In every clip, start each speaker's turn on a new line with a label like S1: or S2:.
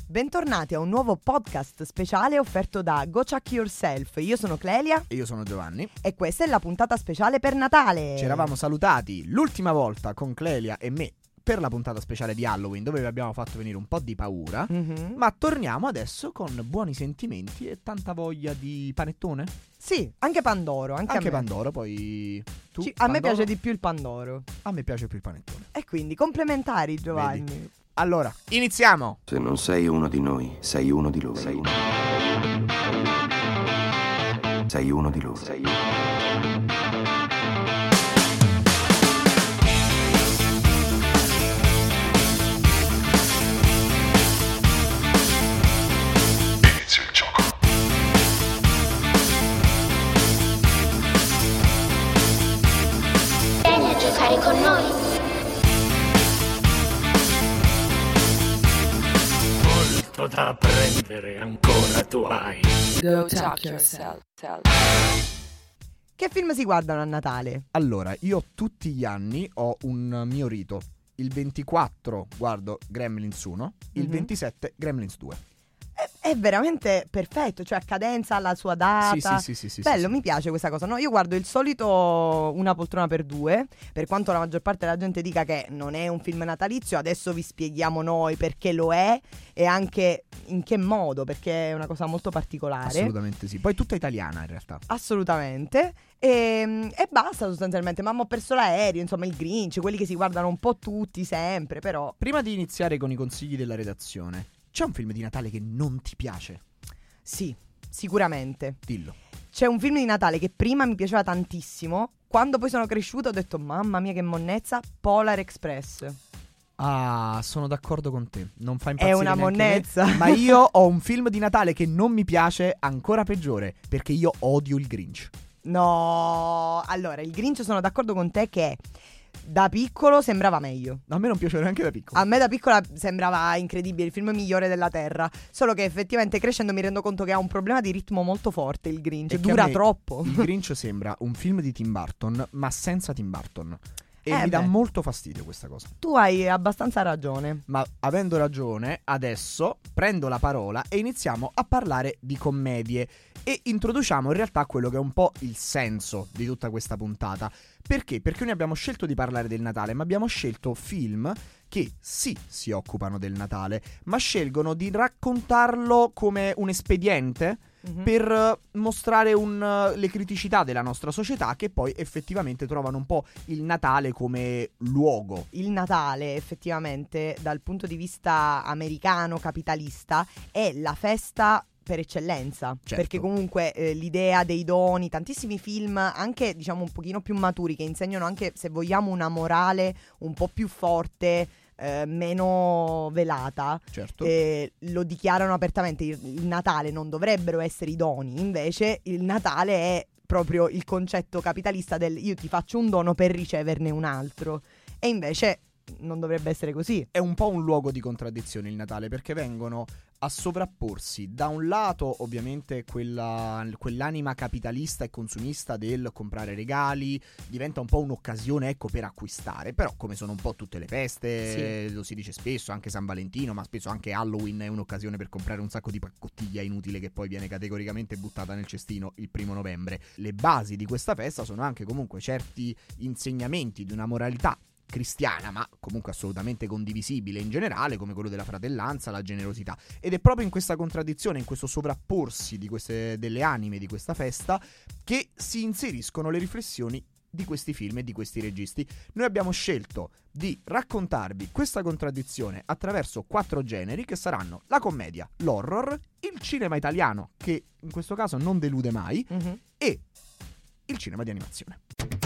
S1: Bentornati a un nuovo podcast speciale offerto da Go Check Yourself. Io sono Clelia.
S2: E io sono Giovanni.
S1: E questa è la puntata speciale per Natale.
S2: Ci eravamo salutati l'ultima volta con Clelia e me per la puntata speciale di Halloween, dove vi abbiamo fatto venire un po' di paura. Ma torniamo adesso con buoni sentimenti e tanta voglia di panettone.
S1: Sì, anche Pandoro. Anche
S2: Pandoro, poi tu,
S1: a me piace di più il Pandoro.
S2: A me piace più il panettone.
S1: E quindi complementari, Giovanni.
S2: Vedi? Allora, iniziamo!
S3: Se non sei uno di noi, sei uno di loro. Sei uno di loro.
S4: Inizia il gioco.
S5: Vieni a giocare con noi.
S6: Da prendere ancora tu hai.
S7: Go Check Yourself.
S1: Che film si guardano a Natale?
S2: Allora, io tutti gli anni ho un mio rito. Il 24 guardo Gremlins 1, il 27 Gremlins 2.
S1: È veramente perfetto, cioè a cadenza, alla sua data.
S2: Sì.
S1: Bello,
S2: sì.
S1: mi piace questa cosa. No, io guardo il solito Una poltrona per due. Per quanto la maggior parte della gente dica che non è un film natalizio, adesso vi spieghiamo noi perché lo è e anche in che modo, perché è una cosa molto particolare.
S2: Assolutamente sì. Poi tutta italiana in realtà.
S1: Assolutamente. E basta sostanzialmente. Mamma, ho perso l'aereo, insomma il Grinch, quelli che si guardano un po' tutti sempre, però.
S2: Prima di iniziare con i consigli della redazione, c'è un film di Natale che non ti piace?
S1: Sì, sicuramente.
S2: Dillo.
S1: C'è un film di Natale che prima mi piaceva tantissimo. Quando poi sono cresciuta ho detto mamma mia che monnezza, Polar Express.
S2: Ah, sono d'accordo con te. Non fa impazzire
S1: È una
S2: neanche
S1: monnezza.
S2: me, ma io ho un film di Natale che non mi piace ancora peggiore, perché io odio il Grinch.
S1: No, allora il Grinch sono d'accordo con te che da piccolo sembrava meglio.
S2: A me non piace neanche da piccolo.
S1: A me da piccola sembrava incredibile, il film migliore della terra. Solo che effettivamente crescendo mi rendo conto che ha un problema di ritmo molto forte il Grinch.
S2: E che
S1: dura
S2: a me
S1: troppo.
S2: Il Grinch sembra un film di Tim Burton, ma senza Tim Burton. E mi dà
S1: beh.
S2: molto fastidio questa cosa.
S1: Tu hai abbastanza ragione.
S2: Ma avendo ragione, adesso prendo la parola e iniziamo a parlare di commedie. E introduciamo in realtà quello che è un po' il senso di tutta questa puntata. Perché? Perché noi abbiamo scelto di parlare del Natale, ma abbiamo scelto film che sì si occupano del Natale, ma scelgono di raccontarlo come un espediente per mostrare le criticità della nostra società, che poi effettivamente trovano un po' il Natale come luogo.
S1: Il Natale effettivamente dal punto di vista americano capitalista è la festa per eccellenza,
S2: Certo.
S1: perché comunque l'idea dei doni, tantissimi film anche diciamo un pochino più maturi che insegnano anche, se vogliamo, una morale un po' più forte, meno velata,
S2: Certo.
S1: lo dichiarano apertamente. Il Natale non dovrebbero essere i doni, invece il Natale è proprio il concetto capitalista del io ti faccio un dono per riceverne un altro, e invece non dovrebbe essere così.
S2: È un po' un luogo di contraddizione il Natale, perché vengono a sovrapporsi da un lato ovviamente quell'anima capitalista e consumista del comprare regali, diventa un po' un'occasione, ecco, per acquistare. Però come sono un po' tutte le feste, lo si dice spesso, anche San Valentino, ma spesso anche Halloween è un'occasione per comprare un sacco di paccottiglia inutile che poi viene categoricamente buttata nel cestino il 1° novembre. Le basi di questa festa sono anche comunque certi insegnamenti di una moralità cristiana, ma comunque assolutamente condivisibile in generale, come quello della fratellanza, la generosità. Ed è proprio in questa contraddizione, in questo sovrapporsi delle anime di questa festa, che si inseriscono le riflessioni di questi film e di questi registi. Noi abbiamo scelto di raccontarvi questa contraddizione attraverso 4 generi, che saranno la commedia, l'horror, il cinema italiano, che in questo caso non delude mai, e il cinema di animazione.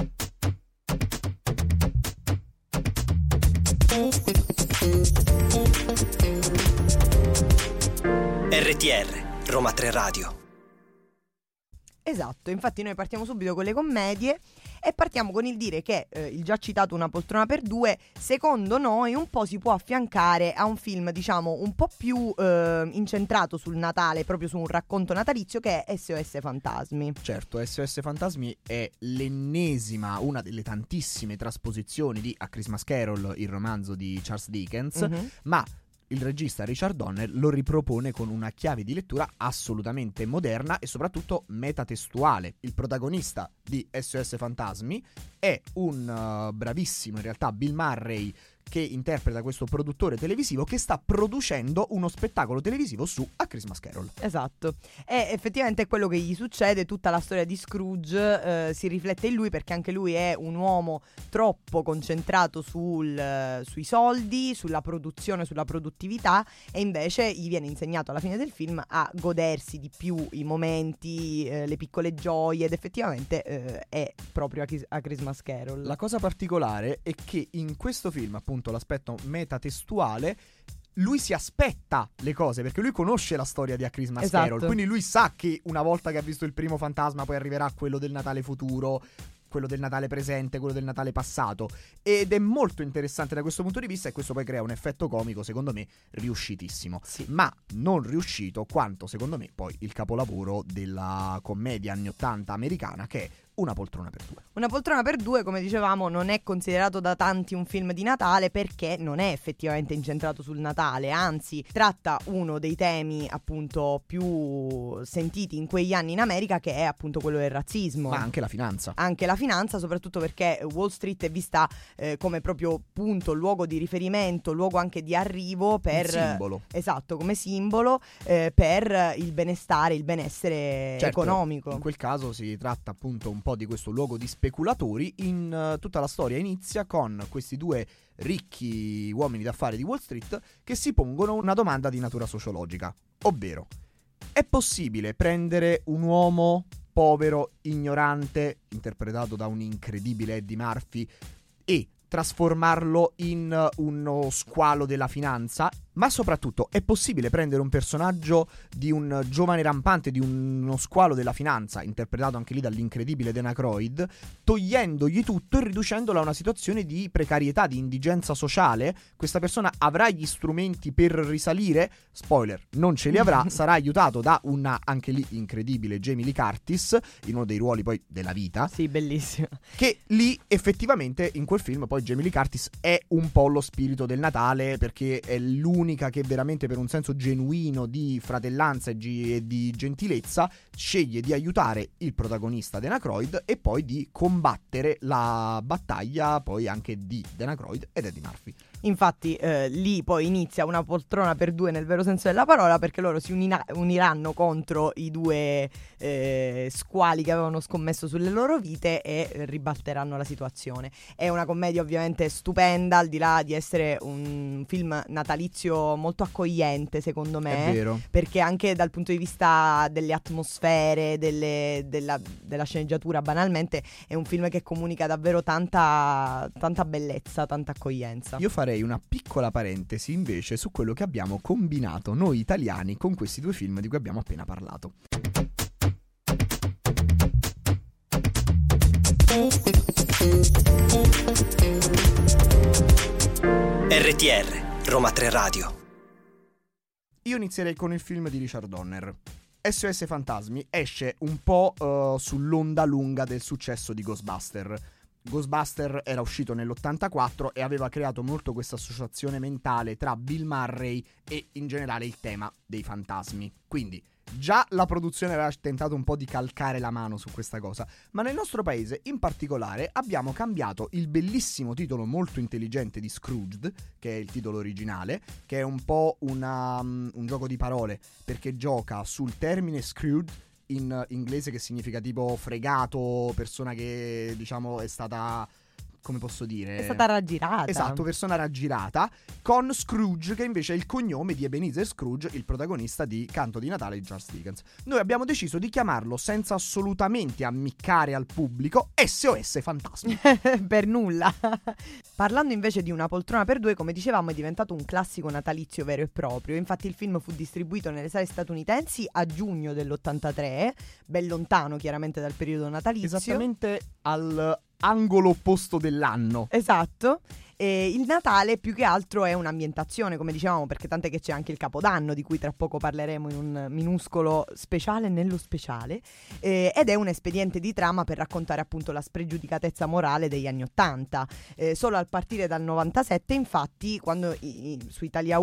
S8: RTR, Roma 3 Radio.
S1: Esatto, infatti noi partiamo subito con le commedie e partiamo con il dire che il già citato Una poltrona per due, secondo noi un po' si può affiancare a un film diciamo un po' più incentrato sul Natale, proprio su un racconto natalizio, che è SOS Fantasmi.
S2: Certo, SOS Fantasmi è l'ennesima, una delle tantissime trasposizioni di A Christmas Carol, il romanzo di Charles Dickens, ma il regista Richard Donner lo ripropone con una chiave di lettura assolutamente moderna e soprattutto metatestuale. Il protagonista di SOS Fantasmi è un bravissimo, in realtà, Bill Murray, che interpreta questo produttore televisivo che sta producendo uno spettacolo televisivo su A Christmas Carol.
S1: Esatto, e effettivamente è quello che gli succede. Tutta la storia di Scrooge si riflette in lui, perché anche lui è un uomo troppo concentrato sui soldi, sulla produzione, sulla produttività, e invece gli viene insegnato alla fine del film a godersi di più i momenti, le piccole gioie, ed effettivamente è proprio A Christmas Carol.
S2: La cosa particolare è che in questo film, appunto, l'aspetto metatestuale, lui si aspetta le cose, perché lui conosce la storia di A Christmas Carol, quindi lui sa che una volta che ha visto il primo fantasma poi arriverà quello del Natale futuro, quello del Natale presente, quello del Natale passato, ed è molto interessante da questo punto di vista, e questo poi crea un effetto comico, secondo me, riuscitissimo.
S1: Sì.
S2: Ma non riuscito quanto, secondo me, poi il capolavoro della commedia anni 80 americana, che è Una poltrona per due.
S1: Una poltrona per due, come dicevamo, non è considerato da tanti un film di Natale, perché non è effettivamente incentrato sul Natale, anzi tratta uno dei temi appunto più sentiti in quegli anni in America, che è appunto quello del razzismo.
S2: Ma anche la finanza.
S1: Anche la finanza, soprattutto perché Wall Street è vista come proprio punto, luogo di riferimento, luogo anche di arrivo per...
S2: simbolo.
S1: Esatto, come simbolo per il benestare, il benessere economico.
S2: In quel caso si tratta appunto un po' di questo luogo di speculatori. In tutta la storia inizia con questi due ricchi uomini d'affari di Wall Street che si pongono una domanda di natura sociologica, ovvero: è possibile prendere un uomo povero, ignorante, interpretato da un incredibile Eddie Murphy, e trasformarlo in uno squalo della finanza? Ma soprattutto, è possibile prendere un personaggio di un giovane rampante, di uno squalo della finanza, interpretato anche lì dall'incredibile Dan Aykroyd, togliendogli tutto e riducendolo a una situazione di precarietà, di indigenza sociale? Questa persona avrà gli strumenti per risalire? Spoiler, non ce li avrà. Sarà aiutato da una, anche lì, incredibile Jamie Lee Curtis, in uno dei ruoli poi della vita.
S1: Sì, bellissimo.
S2: Che lì effettivamente in quel film poi Jamie Lee Curtis è un po' lo spirito del Natale, perché è l'unica che veramente, per un senso genuino di fratellanza e di gentilezza, sceglie di aiutare il protagonista Dan Aykroyd e poi di combattere la battaglia poi anche di Dan Aykroyd ed Eddie Murphy.
S1: Infatti lì poi inizia una poltrona per due nel vero senso della parola, perché loro si uniranno contro i due squali che avevano scommesso sulle loro vite e ribalteranno la situazione. È una commedia ovviamente stupenda, al di là di essere un film natalizio molto accogliente, secondo me.
S2: È vero.
S1: Perché anche dal punto di vista delle atmosfere, della sceneggiatura, banalmente è un film che comunica davvero tanta bellezza, tanta accoglienza.
S2: Io farei una piccola parentesi invece su quello che abbiamo combinato noi italiani con questi due film di cui abbiamo appena parlato.
S8: RTR, Roma 3 Radio.
S2: Io inizierei con il film di Richard Donner. SOS Fantasmi esce un po' sull'onda lunga del successo di Ghostbuster. Ghostbuster era uscito nell'84 e aveva creato molto questa associazione mentale tra Bill Murray e in generale il tema dei fantasmi. Quindi già la produzione aveva tentato un po' di calcare la mano su questa cosa, ma nel nostro paese in particolare abbiamo cambiato il bellissimo titolo molto intelligente di Scrooged, che è il titolo originale, che è un po' un gioco di parole, perché gioca sul termine Scrooge in inglese, che significa tipo fregato, persona che diciamo è stata, come posso dire,
S1: è stata raggirata.
S2: Esatto, persona raggirata, con Scrooge, che invece è il cognome di Ebenezer Scrooge, il protagonista di Canto di Natale di Charles Dickens. Noi abbiamo deciso di chiamarlo, senza assolutamente ammiccare al pubblico, SOS Fantasmi.
S1: Per nulla. Parlando invece di Una poltrona per due, come dicevamo, è diventato un classico natalizio vero e proprio. Infatti il film fu distribuito nelle sale statunitensi a giugno dell'83, ben lontano chiaramente dal periodo natalizio.
S2: Esattamente al angolo opposto dell'anno.
S1: Esatto. Il Natale più che altro è un'ambientazione, come dicevamo, perché tant'è che c'è anche il Capodanno, di cui tra poco parleremo in un minuscolo speciale nello speciale, ed è un espediente di trama per raccontare appunto la spregiudicatezza morale degli anni '80. Solo al partire dal 97, infatti, quando su Italia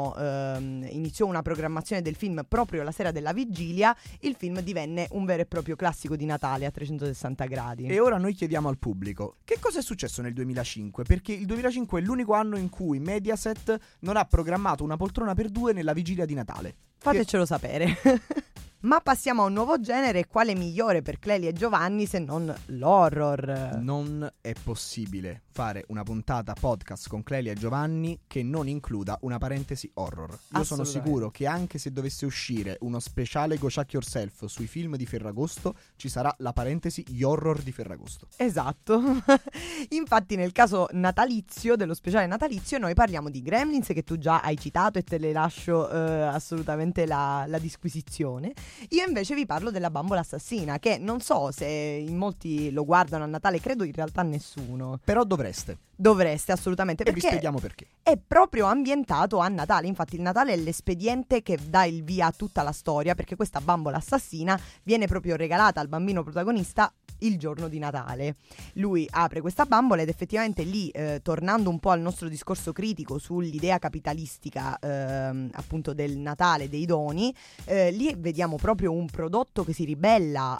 S1: 1 iniziò una programmazione del film proprio la sera della vigilia, il film divenne un vero e proprio classico di Natale a 360 gradi.
S2: E ora noi chiediamo al pubblico: che cosa è successo nel 2005? Perché il 2005 è l'unico anno in cui Mediaset non ha programmato una poltrona per due nella vigilia di Natale.
S1: Fatecelo sapere. Ma passiamo a un nuovo genere, quale migliore per Clelia e Giovanni se non l'horror?
S2: Non è possibile fare una puntata podcast con Clelia e Giovanni che non includa una parentesi horror. Io sono sicuro che anche se dovesse uscire uno speciale Go Chuck Yourself sui film di Ferragosto, ci sarà la parentesi gli horror di Ferragosto.
S1: Esatto. Infatti nel caso natalizio, dello speciale natalizio, noi parliamo di Gremlins, che tu già hai citato e te le lascio assolutamente la disquisizione. Io invece vi parlo della Bambola Assassina, che non so se in molti lo guardano a Natale, credo in realtà nessuno.
S2: Però dovreste
S1: assolutamente,
S2: e
S1: perché
S2: vi spieghiamo perché.
S1: È proprio ambientato a Natale. Infatti il Natale è l'espediente che dà il via a tutta la storia, perché questa bambola assassina viene proprio regalata al bambino protagonista il giorno di Natale. Lui apre questa bambola ed effettivamente lì, tornando un po' al nostro discorso critico sull'idea capitalistica appunto del Natale, dei doni, lì vediamo proprio un prodotto che si ribella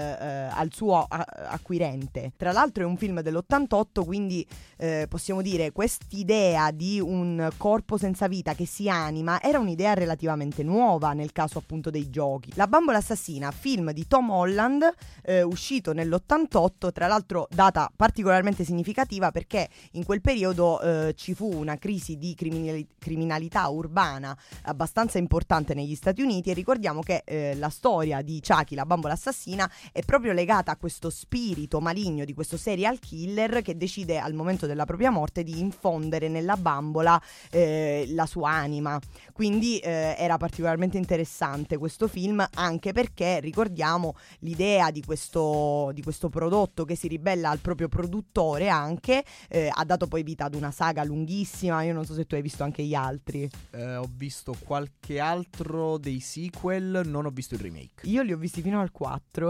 S1: al suo acquirente. Tra l'altro è un film dell'88, quindi possiamo dire quest'idea di un corpo senza vita che si anima era un'idea relativamente nuova nel caso appunto dei giochi. La Bambola Assassina, film di Tom Holland, uscito nell'88, tra l'altro data particolarmente significativa perché in quel periodo ci fu una crisi di criminalità urbana abbastanza importante negli Stati Uniti, e ricordiamo che la storia di Chucky, la bambola assassina, è proprio legata a questo spirito maligno di questo serial killer che decide al momento della propria morte di infondere nella bambola la sua anima. Quindi era particolarmente interessante questo film, anche perché ricordiamo l'idea di questo prodotto che si ribella al proprio produttore, anche ha dato poi vita ad una saga lunghissima. Io non so se tu hai visto anche gli altri.
S2: Ho visto qualche altro dei sequel, non ho visto il remake.
S1: Io li ho visti fino al 4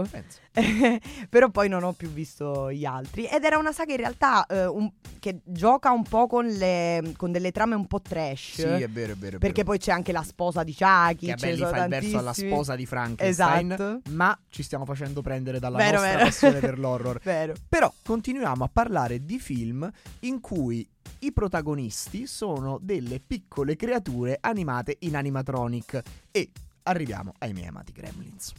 S1: però poi non ho più visto gli altri, ed era una saga in realtà che gioca un po' con delle trame un po' trash.
S2: Sì, è vero,
S1: perché poi c'è anche la sposa di Chucky,
S2: che lì fa il verso alla sposa di Frankenstein.
S1: Esatto.
S2: Ma ci stiamo facendo prendere dalla nostra passione per l'horror.
S1: Vero.
S2: Però continuiamo a parlare di film in cui i protagonisti sono delle piccole creature animate in animatronic, e arriviamo ai miei amati Gremlins.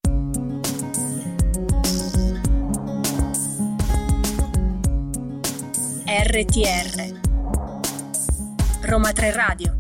S9: RTR Roma 3 Radio.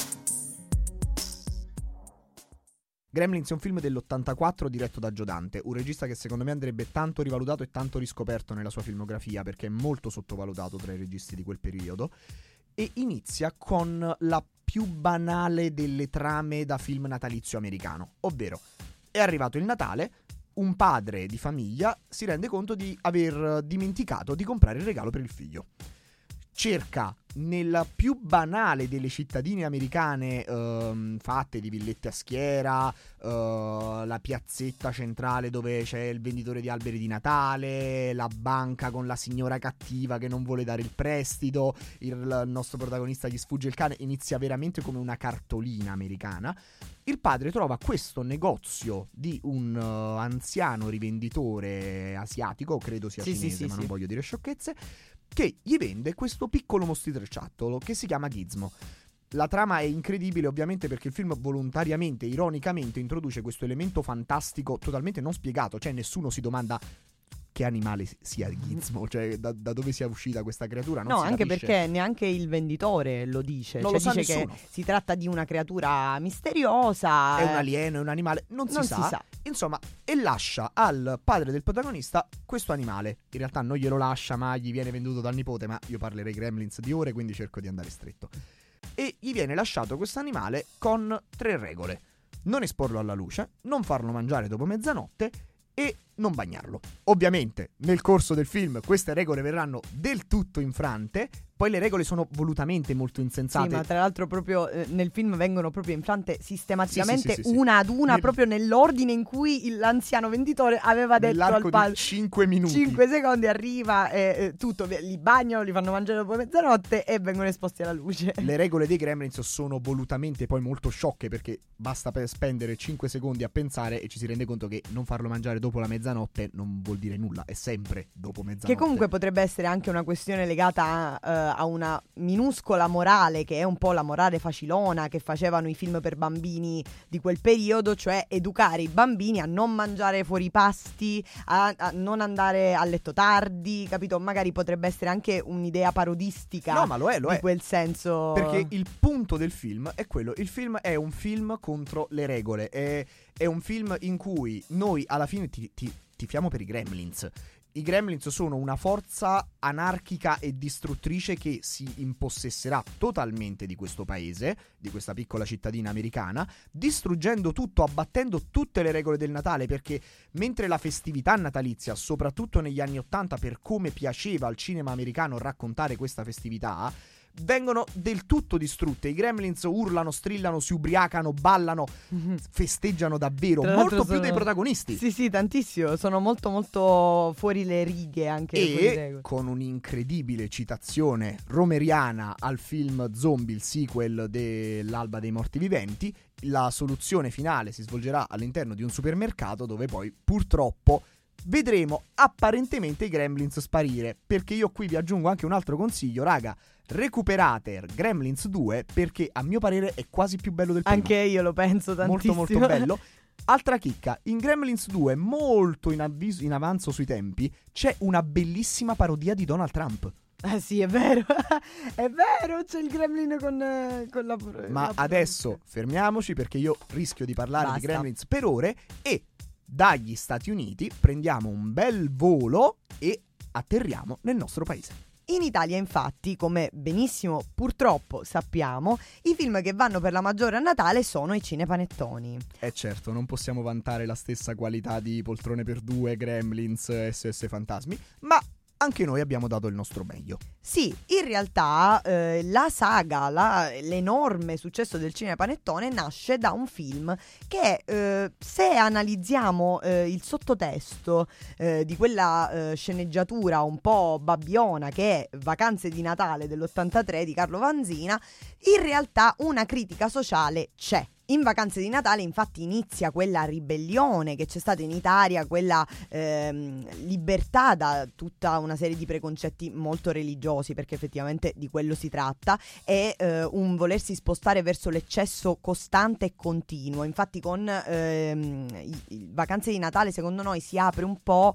S2: Gremlins è un film dell'84 diretto da Joe Dante, un regista che secondo me andrebbe tanto rivalutato e tanto riscoperto nella sua filmografia, perché è molto sottovalutato tra i registi di quel periodo, e inizia con la più banale delle trame da film natalizio americano, ovvero è arrivato il Natale, un padre di famiglia si rende conto di aver dimenticato di comprare il regalo per il figlio. Cerca nella più banale delle cittadine americane fatte di villette a schiera, la piazzetta centrale dove c'è il venditore di alberi di Natale, la banca con la signora cattiva che non vuole dare il prestito, il nostro protagonista gli sfugge il cane, inizia veramente come una cartolina americana. Il padre trova questo negozio di un anziano rivenditore asiatico, credo sia cinese, ma non voglio dire sciocchezze, che gli vende questo piccolo mostriciattolo che si chiama Gizmo. La trama è incredibile, ovviamente, perché il film volontariamente, ironicamente, introduce questo elemento fantastico totalmente non spiegato, cioè nessuno si domanda che animale sia Gizmo, cioè da dove sia uscita questa creatura, non si
S1: anche
S2: capisce.
S1: Perché neanche il venditore lo dice,
S2: non
S1: cioè
S2: lo sa
S1: dice
S2: nessuno.
S1: Che si tratta di una creatura misteriosa,
S2: è un alieno, è un animale, non si sa. Insomma, e lascia al padre del protagonista questo animale. In realtà non glielo lascia, ma gli viene venduto dal nipote, ma io parlerei Gremlins di ore, quindi cerco di andare stretto. E gli viene lasciato questo animale con 3 regole: non esporlo alla luce, non farlo mangiare dopo mezzanotte e non bagnarlo. Ovviamente nel corso del film queste regole verranno del tutto infrante, poi le regole sono volutamente molto insensate.
S1: Sì, ma tra l'altro proprio nel film vengono proprio infrante sistematicamente
S2: Sì.
S1: una ad una, proprio nell'ordine in cui l'anziano venditore aveva detto
S2: nell'arco
S1: al padre.
S2: di 5 minuti.
S1: 5 secondi arriva, tutto, li bagnano, li fanno mangiare dopo mezzanotte e vengono esposti alla luce.
S2: Le regole dei Gremlins sono volutamente poi molto sciocche, perché basta per spendere 5 secondi a pensare e ci si rende conto che non farlo mangiare dopo la mezzanotte non vuol dire nulla, è sempre dopo mezzanotte.
S1: Che comunque potrebbe essere anche una questione legata a una minuscola morale, che è un po' la morale facilona che facevano i film per bambini di quel periodo, cioè educare i bambini a non mangiare fuori i pasti, a non andare a letto tardi, capito? Magari potrebbe essere anche un'idea parodistica.
S2: No, ma lo è.
S1: Di quel senso.
S2: Perché il punto del film è quello. Il film è un film contro le regole. È un film in cui noi alla fine tifiamo per i Gremlins. I Gremlins sono una forza anarchica e distruttrice che si impossesserà totalmente di questo paese, di questa piccola cittadina americana, distruggendo tutto, abbattendo tutte le regole del Natale, perché mentre la festività natalizia, soprattutto negli anni '80, per come piaceva al cinema americano raccontare questa festività, vengono del tutto distrutte. I Gremlins urlano, strillano, si ubriacano, ballano, festeggiano davvero, molto più dei protagonisti.
S1: Sì, tantissimo. Sono molto molto fuori le righe anche.
S2: E con un'incredibile citazione romeriana al film Zombie, il sequel dell'Alba dei Morti Viventi, la soluzione finale si svolgerà all'interno di un supermercato, dove poi purtroppo vedremo apparentemente i Gremlins sparire. Perché io qui vi aggiungo anche un altro consiglio, raga: recuperate Gremlins 2, perché a mio parere è quasi più bello del primo.
S1: Anche io lo penso tantissimo.
S2: Molto molto bello. Altra chicca, in Gremlins 2, molto in avanzo sui tempi, c'è una bellissima parodia di Donald Trump.
S1: Sì, è vero. È vero, c'è il Gremlin con la.
S2: Ma adesso fermiamoci, perché io rischio di parlare
S1: Basta.
S2: di Gremlins per ore, e dagli Stati Uniti prendiamo un bel volo e atterriamo nel nostro paese.
S1: In Italia, infatti, come benissimo purtroppo sappiamo, i film che vanno per la maggiore a Natale sono i cinepanettoni.
S2: Certo, non possiamo vantare la stessa qualità di Poltrone per due, Gremlins, SOS Fantasmi, ma anche noi abbiamo dato il nostro meglio.
S1: Sì, in realtà la saga, l'enorme successo del cinepanettone nasce da un film che, se analizziamo il sottotesto di quella sceneggiatura un po' babbiona che è Vacanze di Natale dell'83 di Carlo Vanzina, in realtà una critica sociale c'è. In Vacanze di Natale infatti inizia quella ribellione che c'è stata in Italia, quella libertà da tutta una serie di preconcetti molto religiosi, perché effettivamente di quello si tratta, e un volersi spostare verso l'eccesso costante e continuo. Infatti con Vacanze di Natale secondo noi si apre un po'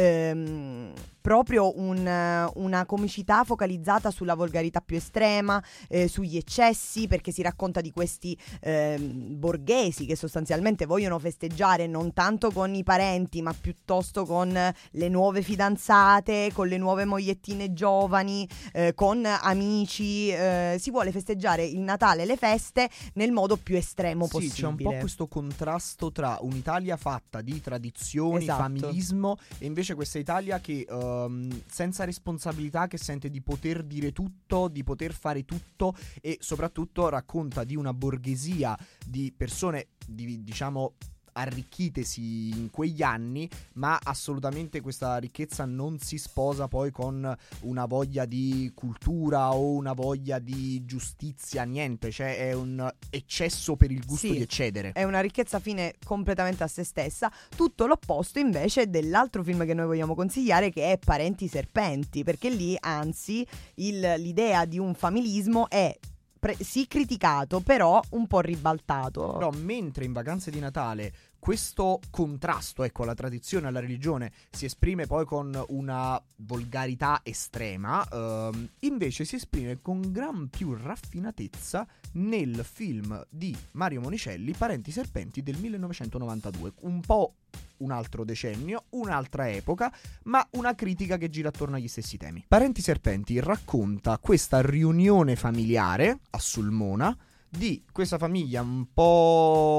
S1: proprio una comicità focalizzata sulla volgarità più estrema, sugli eccessi, perché si racconta di questi borghesi che sostanzialmente vogliono festeggiare non tanto con i parenti, ma piuttosto con le nuove fidanzate, con le nuove mogliettine giovani, con amici. Si vuole festeggiare il Natale, le feste nel modo più estremo possibile.
S2: Sì, c'è un po' questo contrasto tra un'Italia fatta di tradizioni,
S1: esatto,
S2: familismo, e invece questa Italia che senza responsabilità, che sente di poter dire tutto, di poter fare tutto, e soprattutto racconta di una borghesia di persone diciamo arricchitesi in quegli anni, ma assolutamente questa ricchezza non si sposa poi con una voglia di cultura o una voglia di giustizia, niente, cioè è un eccesso per il gusto di eccedere.
S1: È una ricchezza fine completamente a se stessa, tutto l'opposto invece dell'altro film che noi vogliamo consigliare, che è Parenti Serpenti, perché lì anzi l'idea di un familismo è sì criticato, però un po' ribaltato.
S2: Però mentre in Vacanze di Natale questo contrasto, ecco, alla tradizione e alla religione si esprime poi con una volgarità estrema, invece si esprime con gran più raffinatezza nel film di Mario Monicelli, Parenti Serpenti del 1992, un po' un altro decennio, un'altra epoca, ma una critica che gira attorno agli stessi temi. Parenti Serpenti racconta questa riunione familiare a Sulmona di questa famiglia un po'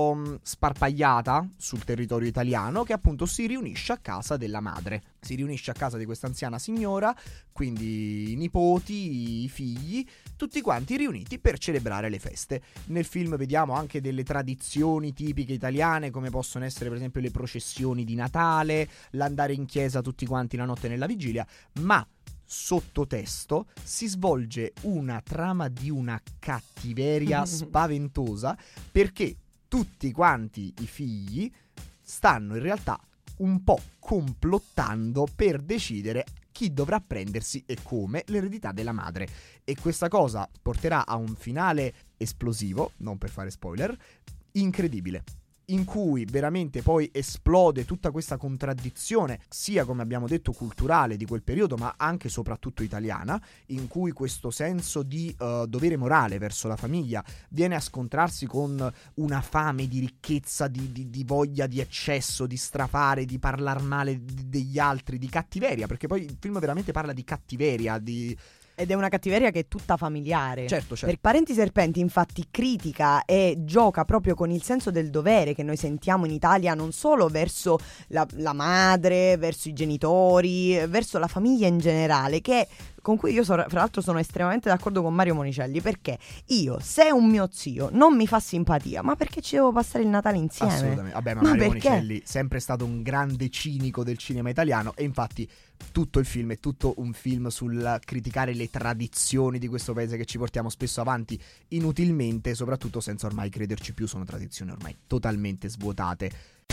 S2: sparpagliata sul territorio italiano, che appunto si riunisce a casa della madre. Si riunisce a casa di questa anziana signora, quindi i nipoti, i figli, tutti quanti riuniti per celebrare le feste. Nel film vediamo anche delle tradizioni tipiche italiane, come possono essere per esempio le processioni di Natale, l'andare in chiesa tutti quanti la notte nella vigilia, ma sottotesto si svolge una trama di una cattiveria spaventosa, perché tutti quanti i figli stanno in realtà un po' complottando per decidere chi dovrà prendersi e come l'eredità della madre. E questa cosa porterà a un finale esplosivo, non per fare spoiler, incredibile, in cui veramente poi esplode tutta questa contraddizione, sia come abbiamo detto culturale di quel periodo, ma anche soprattutto italiana, in cui questo senso di dovere morale verso la famiglia viene a scontrarsi con una fame di ricchezza, di voglia di eccesso, di strafare, di parlare male degli altri, di cattiveria, perché poi il film veramente parla di cattiveria,
S1: Ed è una cattiveria che è tutta familiare.
S2: Certo.
S1: Per Parenti Serpenti infatti critica e gioca proprio con il senso del dovere che noi sentiamo in Italia, non solo verso la madre, verso i genitori, verso la famiglia in generale, con cui io fra l'altro sono estremamente d'accordo con Mario Monicelli, perché io, se un mio zio non mi fa simpatia, ma perché ci devo passare il Natale insieme?
S2: Assolutamente. Vabbè, ma Mario Monicelli sempre stato un grande cinico del cinema italiano, e infatti tutto il film è tutto un film sul criticare le tradizioni di questo paese che ci portiamo spesso avanti inutilmente, soprattutto senza ormai crederci più. Sono tradizioni ormai totalmente svuotate.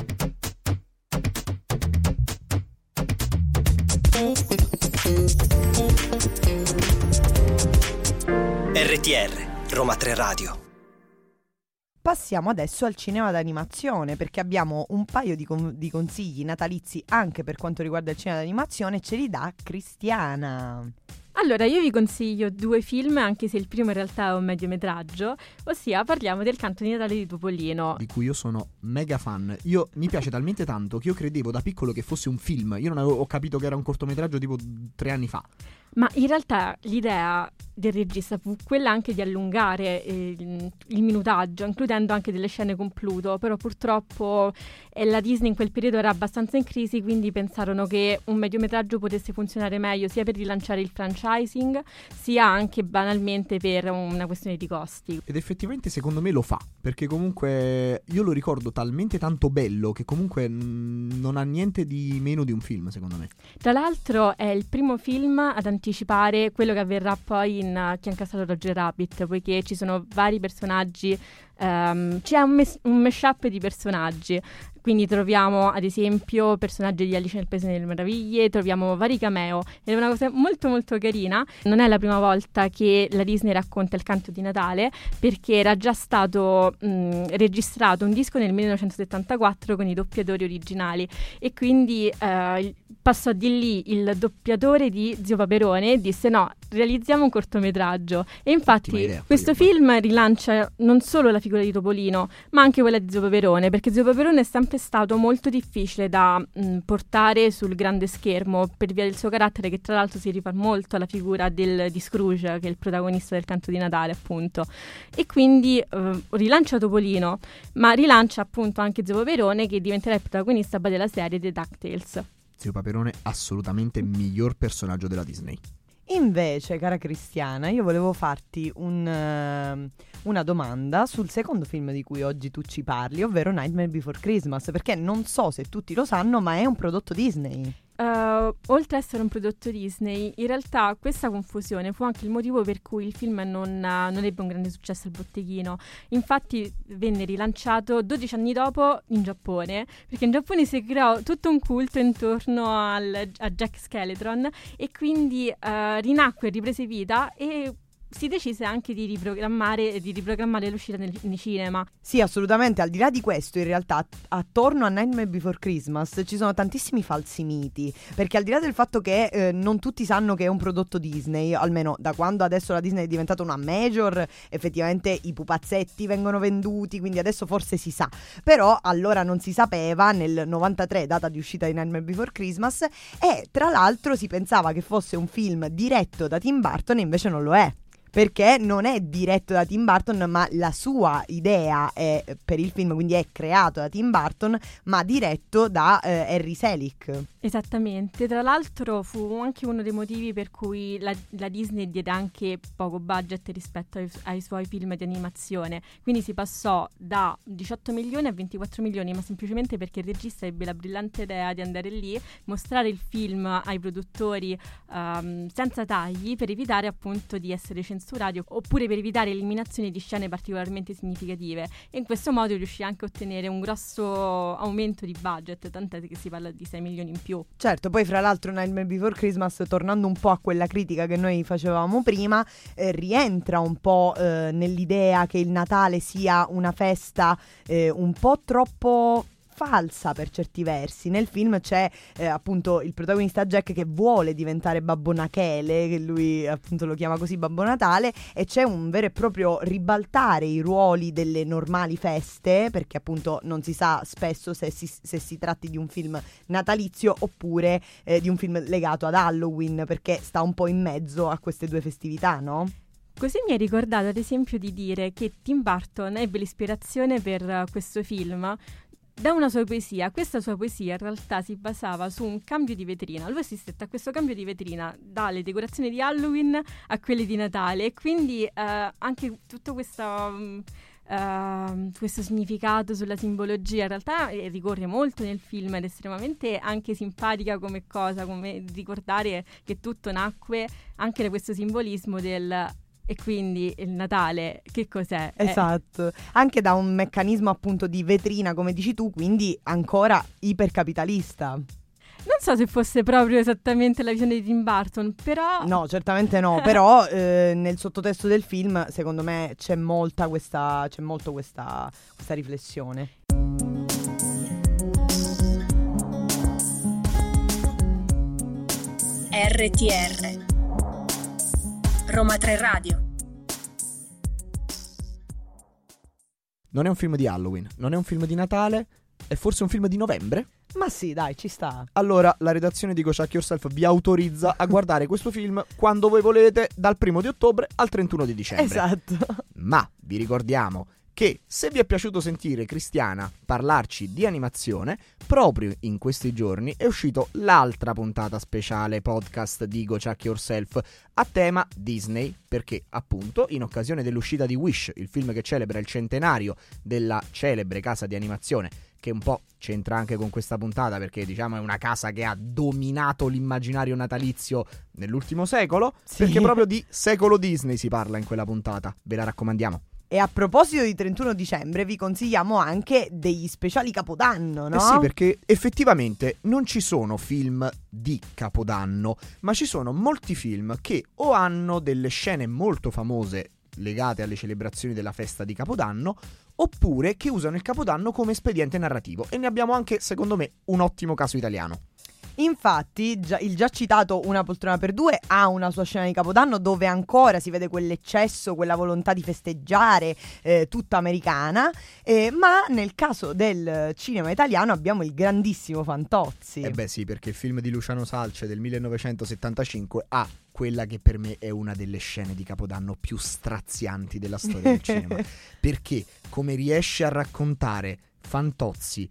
S8: RTR, Roma 3 Radio.
S1: Passiamo adesso al cinema d'animazione, perché abbiamo un paio di consigli natalizi anche per quanto riguarda il cinema d'animazione, ce li dà Cristiana.
S10: Allora, io vi consiglio 2 film, anche se il primo in realtà è un mediometraggio, ossia parliamo del Canto di Natale di Topolino.
S2: Di cui io sono mega fan. Mi piace talmente tanto che io credevo da piccolo che fosse un film. Io non avevo capito che era un cortometraggio tipo 3 anni fa.
S10: Ma in realtà l'idea del regista fu quella anche di allungare il minutaggio, includendo anche delle scene con Pluto, però purtroppo la Disney in quel periodo era abbastanza in crisi, quindi pensarono che un mediometraggio potesse funzionare meglio sia per rilanciare il franchising, sia anche banalmente per una questione di costi.
S2: Ed effettivamente secondo me lo fa, perché comunque io lo ricordo talmente tanto bello che comunque non ha niente di meno di un film, secondo me.
S10: Tra l'altro è il primo film ad anticipare quello che avverrà poi in Chi ha incassato Roger Rabbit, poiché ci sono vari personaggi, c'è un mashup di personaggi. Quindi troviamo ad esempio personaggi di Alice nel Paese delle Meraviglie, troviamo vari cameo, ed è una cosa molto molto carina. Non è la prima volta che la Disney racconta il canto di Natale, perché era già stato registrato un disco nel 1974 con i doppiatori originali, e quindi passò di lì il doppiatore di Zio Paperone e disse no, realizziamo un cortometraggio. E infatti questo film rilancia non solo la figura di Topolino, ma anche quella di Zio Paperone, perché Zio Paperone è sempre stato molto difficile da portare sul grande schermo per via del suo carattere, che tra l'altro si rifà molto alla figura di Scrooge, che è il protagonista del Canto di Natale appunto, e quindi rilancia Topolino, ma rilancia appunto anche Zio Paperone, che diventerà il protagonista della serie The DuckTales.
S2: Zio Paperone assolutamente miglior personaggio della Disney.
S1: Invece, cara Cristiana, io volevo farti una domanda sul secondo film di cui oggi tu ci parli, ovvero Nightmare Before Christmas, perché non so se tutti lo sanno, ma è un prodotto Disney.
S10: Oltre ad essere un prodotto Disney, in realtà questa confusione fu anche il motivo per cui il film non ebbe un grande successo al botteghino. Infatti venne rilanciato 12 anni dopo in Giappone, perché in Giappone si creò tutto un culto intorno a Jack Skelltron, e quindi rinacque e riprese vita, e si decise anche di riprogrammare l'uscita nei cinema.
S1: Sì, assolutamente. Al di là di questo, in realtà attorno a Nightmare Before Christmas ci sono tantissimi falsi miti, perché al di là del fatto che non tutti sanno che è un prodotto Disney, almeno da quando adesso la Disney è diventata una major, effettivamente i pupazzetti vengono venduti, quindi adesso forse si sa, però allora non si sapeva, nel 93 data di uscita di Nightmare Before Christmas, e tra l'altro si pensava che fosse un film diretto da Tim Burton, e invece non lo è. perché non è diretto da Tim Burton, ma la sua idea è per il film, quindi è creato da Tim Burton, ma diretto da Harry Selick.
S10: Esattamente, tra l'altro fu anche uno dei motivi per cui la Disney diede anche poco budget rispetto ai suoi film di animazione, quindi si passò da 18 milioni a 24 milioni, ma semplicemente perché il regista ebbe la brillante idea di andare lì, mostrare il film ai produttori senza tagli, per evitare appunto di essere censurati oppure per evitare eliminazioni di scene particolarmente significative, e in questo modo riuscì anche a ottenere un grosso aumento di budget, tant'è che si parla di 6 milioni in più.
S1: Certo, poi fra l'altro Nightmare Before Christmas, tornando un po' a quella critica che noi facevamo prima, rientra un po' nell'idea che il Natale sia una festa un po' troppo falsa per certi versi. Nel film c'è appunto il protagonista Jack che vuole diventare Babbo Nachele, che lui appunto lo chiama così, Babbo Natale, e c'è un vero e proprio ribaltare i ruoli delle normali feste, perché appunto non si sa spesso se si tratti di un film natalizio oppure di un film legato ad Halloween, perché sta un po' in mezzo a queste due festività, no?
S10: Così mi è ricordato ad esempio di dire che Tim Burton ebbe l'ispirazione per questo film da una sua poesia. Questa sua poesia in realtà si basava su un cambio di vetrina. Lui si stette a questo cambio di vetrina dalle decorazioni di Halloween a quelle di Natale, e quindi anche tutto questo significato sulla simbologia in realtà ricorre molto nel film, ed è estremamente anche simpatica come cosa, come ricordare che tutto nacque anche da questo simbolismo del... E quindi il Natale che cos'è?
S1: Esatto, anche da un meccanismo appunto di vetrina, come dici tu, quindi ancora ipercapitalista.
S10: Non so se fosse proprio esattamente la visione di Tim Burton, però...
S1: No, certamente no, però nel sottotesto del film secondo me c'è molto questa riflessione.
S9: RTR Roma 3 Radio.
S2: Non è un film di Halloween, non è un film di Natale, è forse un film di novembre?
S1: Ma sì, dai, ci sta.
S2: Allora, la redazione di Go Check Yourself vi autorizza a guardare questo film quando voi volete, dal 1 di ottobre al 31 di dicembre.
S1: Esatto.
S2: Ma vi ricordiamo che se vi è piaciuto sentire Cristiana parlarci di animazione, proprio in questi giorni è uscito l'altra puntata speciale podcast di Go Check Yourself a tema Disney, perché appunto in occasione dell'uscita di Wish, il film che celebra il centenario della celebre casa di animazione, che un po' c'entra anche con questa puntata perché diciamo è una casa che ha dominato l'immaginario natalizio nell'ultimo secolo,
S1: sì,
S2: perché proprio di secolo Disney si parla in quella puntata, ve la raccomandiamo.
S1: E a proposito di 31 dicembre vi consigliamo anche degli speciali Capodanno, no?
S2: Eh sì, perché effettivamente non ci sono film di Capodanno, ma ci sono molti film che o hanno delle scene molto famose legate alle celebrazioni della festa di Capodanno, oppure che usano il Capodanno come espediente narrativo. E ne abbiamo anche, secondo me, un ottimo caso italiano.
S1: Infatti il già citato Una poltrona per due ha una sua scena di Capodanno dove ancora si vede quell'eccesso, quella volontà di festeggiare tutta americana, ma nel caso del cinema italiano abbiamo il grandissimo Fantozzi.
S2: Eh beh sì, perché il film di Luciano Salce del 1975 ha quella che per me è una delle scene di Capodanno più strazianti della storia del cinema, perché come riesce a raccontare Fantozzi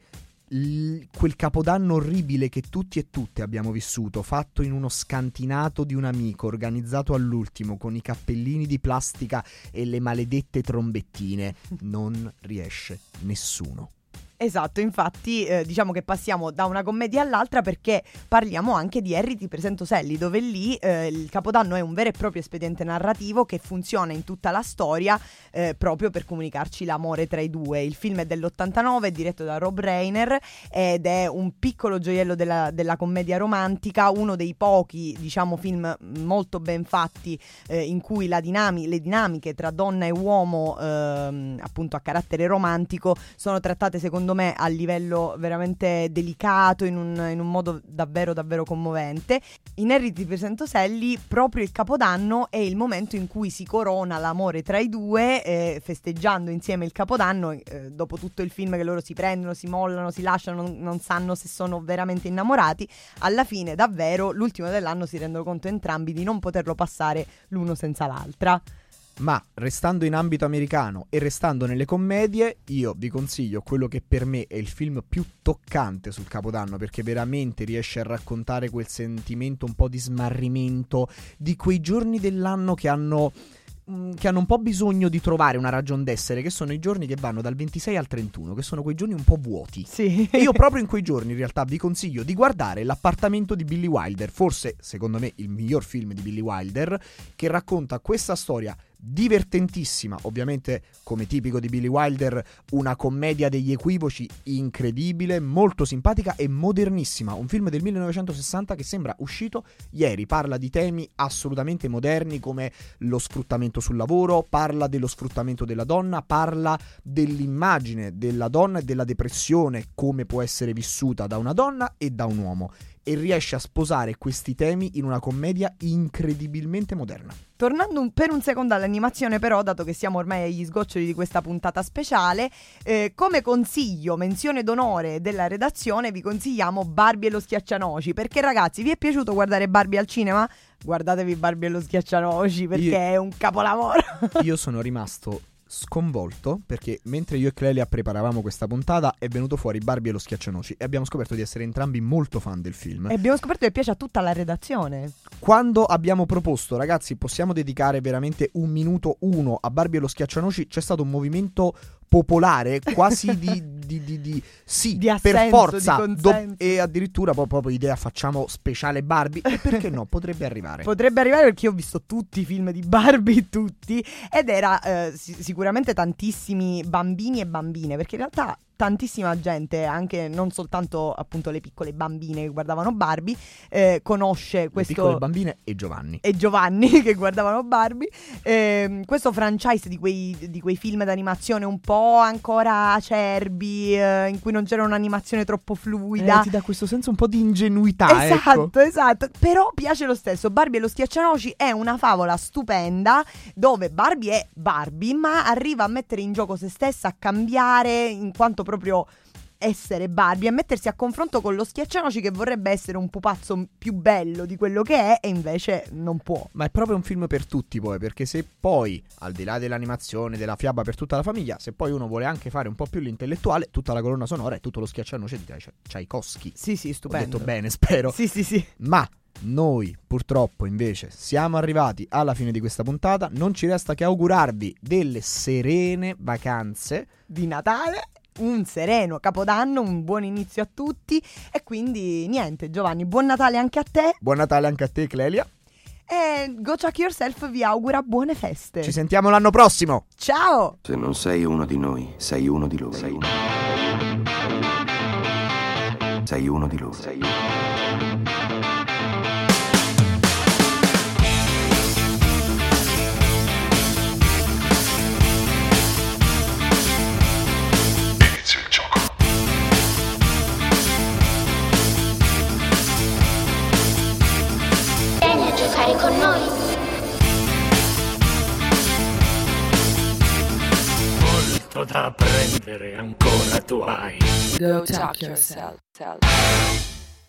S2: quel Capodanno orribile che tutti e tutte abbiamo vissuto, fatto in uno scantinato di un amico, organizzato all'ultimo, con i cappellini di plastica e le maledette trombettine, non riesce nessuno.
S1: Esatto, infatti diciamo che passiamo da una commedia all'altra perché parliamo anche di Harry ti presento Sally, dove lì il Capodanno è un vero e proprio espediente narrativo che funziona in tutta la storia proprio per comunicarci l'amore tra i due. Il film è dell'89, è diretto da Rob Reiner ed è un piccolo gioiello della commedia romantica, uno dei pochi, diciamo, film molto ben fatti in cui le dinamiche tra donna e uomo appunto a carattere romantico sono trattate secondo me a livello veramente delicato, in un modo davvero davvero commovente. In Harry ti presento Sally proprio il Capodanno è il momento in cui si corona l'amore tra i due, festeggiando insieme il Capodanno, dopo tutto il film che loro si prendono, si mollano, si lasciano, non sanno se sono veramente innamorati. Alla fine davvero l'ultimo dell'anno si rendono conto entrambi di non poterlo passare l'uno senza l'altra.
S2: Ma restando in ambito americano e restando nelle commedie, io vi consiglio quello che per me è il film più toccante sul Capodanno, perché veramente riesce a raccontare quel sentimento un po' di smarrimento di quei giorni dell'anno che hanno un po' bisogno di trovare una ragion d'essere, che sono i giorni che vanno dal 26 al 31, che sono quei giorni un po' vuoti.
S1: Sì.
S2: E io proprio in quei giorni in realtà vi consiglio di guardare L'appartamento di Billy Wilder, forse secondo me il miglior film di Billy Wilder, che racconta questa storia divertentissima, ovviamente come tipico di Billy Wilder, una commedia degli equivoci incredibile, molto simpatica e modernissima, un film del 1960 che sembra uscito ieri, parla di temi assolutamente moderni come lo sfruttamento sul lavoro, parla dello sfruttamento della donna, parla dell'immagine della donna e della depressione, come può essere vissuta da una donna e da un uomo, e riesce a sposare questi temi in una commedia incredibilmente moderna.
S1: Tornando per un secondo all'animazione, però, dato che siamo ormai agli sgoccioli di questa puntata speciale, come consiglio, menzione d'onore della redazione, vi consigliamo Barbie e lo schiaccianoci, perché ragazzi, vi è piaciuto guardare Barbie al cinema? Guardatevi Barbie e lo schiaccianoci, perché è un capolavoro.
S2: Io sono rimasto sconvolto perché mentre io e Clelia preparavamo questa puntata è venuto fuori Barbie e lo schiaccianoci e abbiamo scoperto di essere entrambi molto fan del film.
S1: E abbiamo scoperto che piace a tutta la redazione.
S2: Quando abbiamo proposto, ragazzi, possiamo dedicare veramente un minuto a Barbie e lo schiaccianoci, c'è stato un movimento popolare quasi di
S1: assenso,
S2: per forza,
S1: di consenso.
S2: E addirittura proprio idea, facciamo speciale Barbie, e perché no, potrebbe arrivare
S1: Perché io ho visto tutti i film di Barbie, tutti, ed era sicuramente tantissimi bambini e bambine, perché in realtà tantissima gente, anche non soltanto appunto le piccole bambine che guardavano Barbie, conosce questo...
S2: Le piccole bambine e Giovanni
S1: che guardavano Barbie, questo franchise di quei film d'animazione un po' ancora acerbi, in cui non c'era un'animazione troppo fluida.
S2: Ti dà questo senso un po' di ingenuità.
S1: Esatto, però piace lo stesso. Barbie e lo schiaccianoci è una favola stupenda dove Barbie è Barbie, ma arriva a mettere in gioco se stessa, a cambiare in quanto proprio essere Barbie, a mettersi a confronto con lo schiaccianoci che vorrebbe essere un pupazzo più bello di quello che è e invece non può.
S2: Ma è proprio un film per tutti poi, perché se poi, al di là dell'animazione, della fiaba per tutta la famiglia, se poi uno vuole anche fare un po' più l'intellettuale, tutta la colonna sonora è tutto lo schiaccianoci di Tchaikovsky.
S1: Sì, stupendo.
S2: Ho detto bene, spero.
S1: Sì.
S2: Ma noi purtroppo invece siamo arrivati alla fine di questa puntata, non ci resta che augurarvi delle serene vacanze
S1: di Natale, un sereno Capodanno, un buon inizio a tutti, e quindi niente, Giovanni, buon Natale anche a te.
S2: Buon Natale anche a te, Clelia.
S1: E Go Chuck Yourself vi augura buone feste.
S2: Ci sentiamo l'anno prossimo.
S1: Ciao.
S3: Se non sei uno di noi, sei uno di loro. Sei uno di loro.
S4: Inizia il gioco.
S5: Vieni a giocare con noi.
S6: Molto da apprendere ancora tu hai.
S7: Go Chuck Yourself.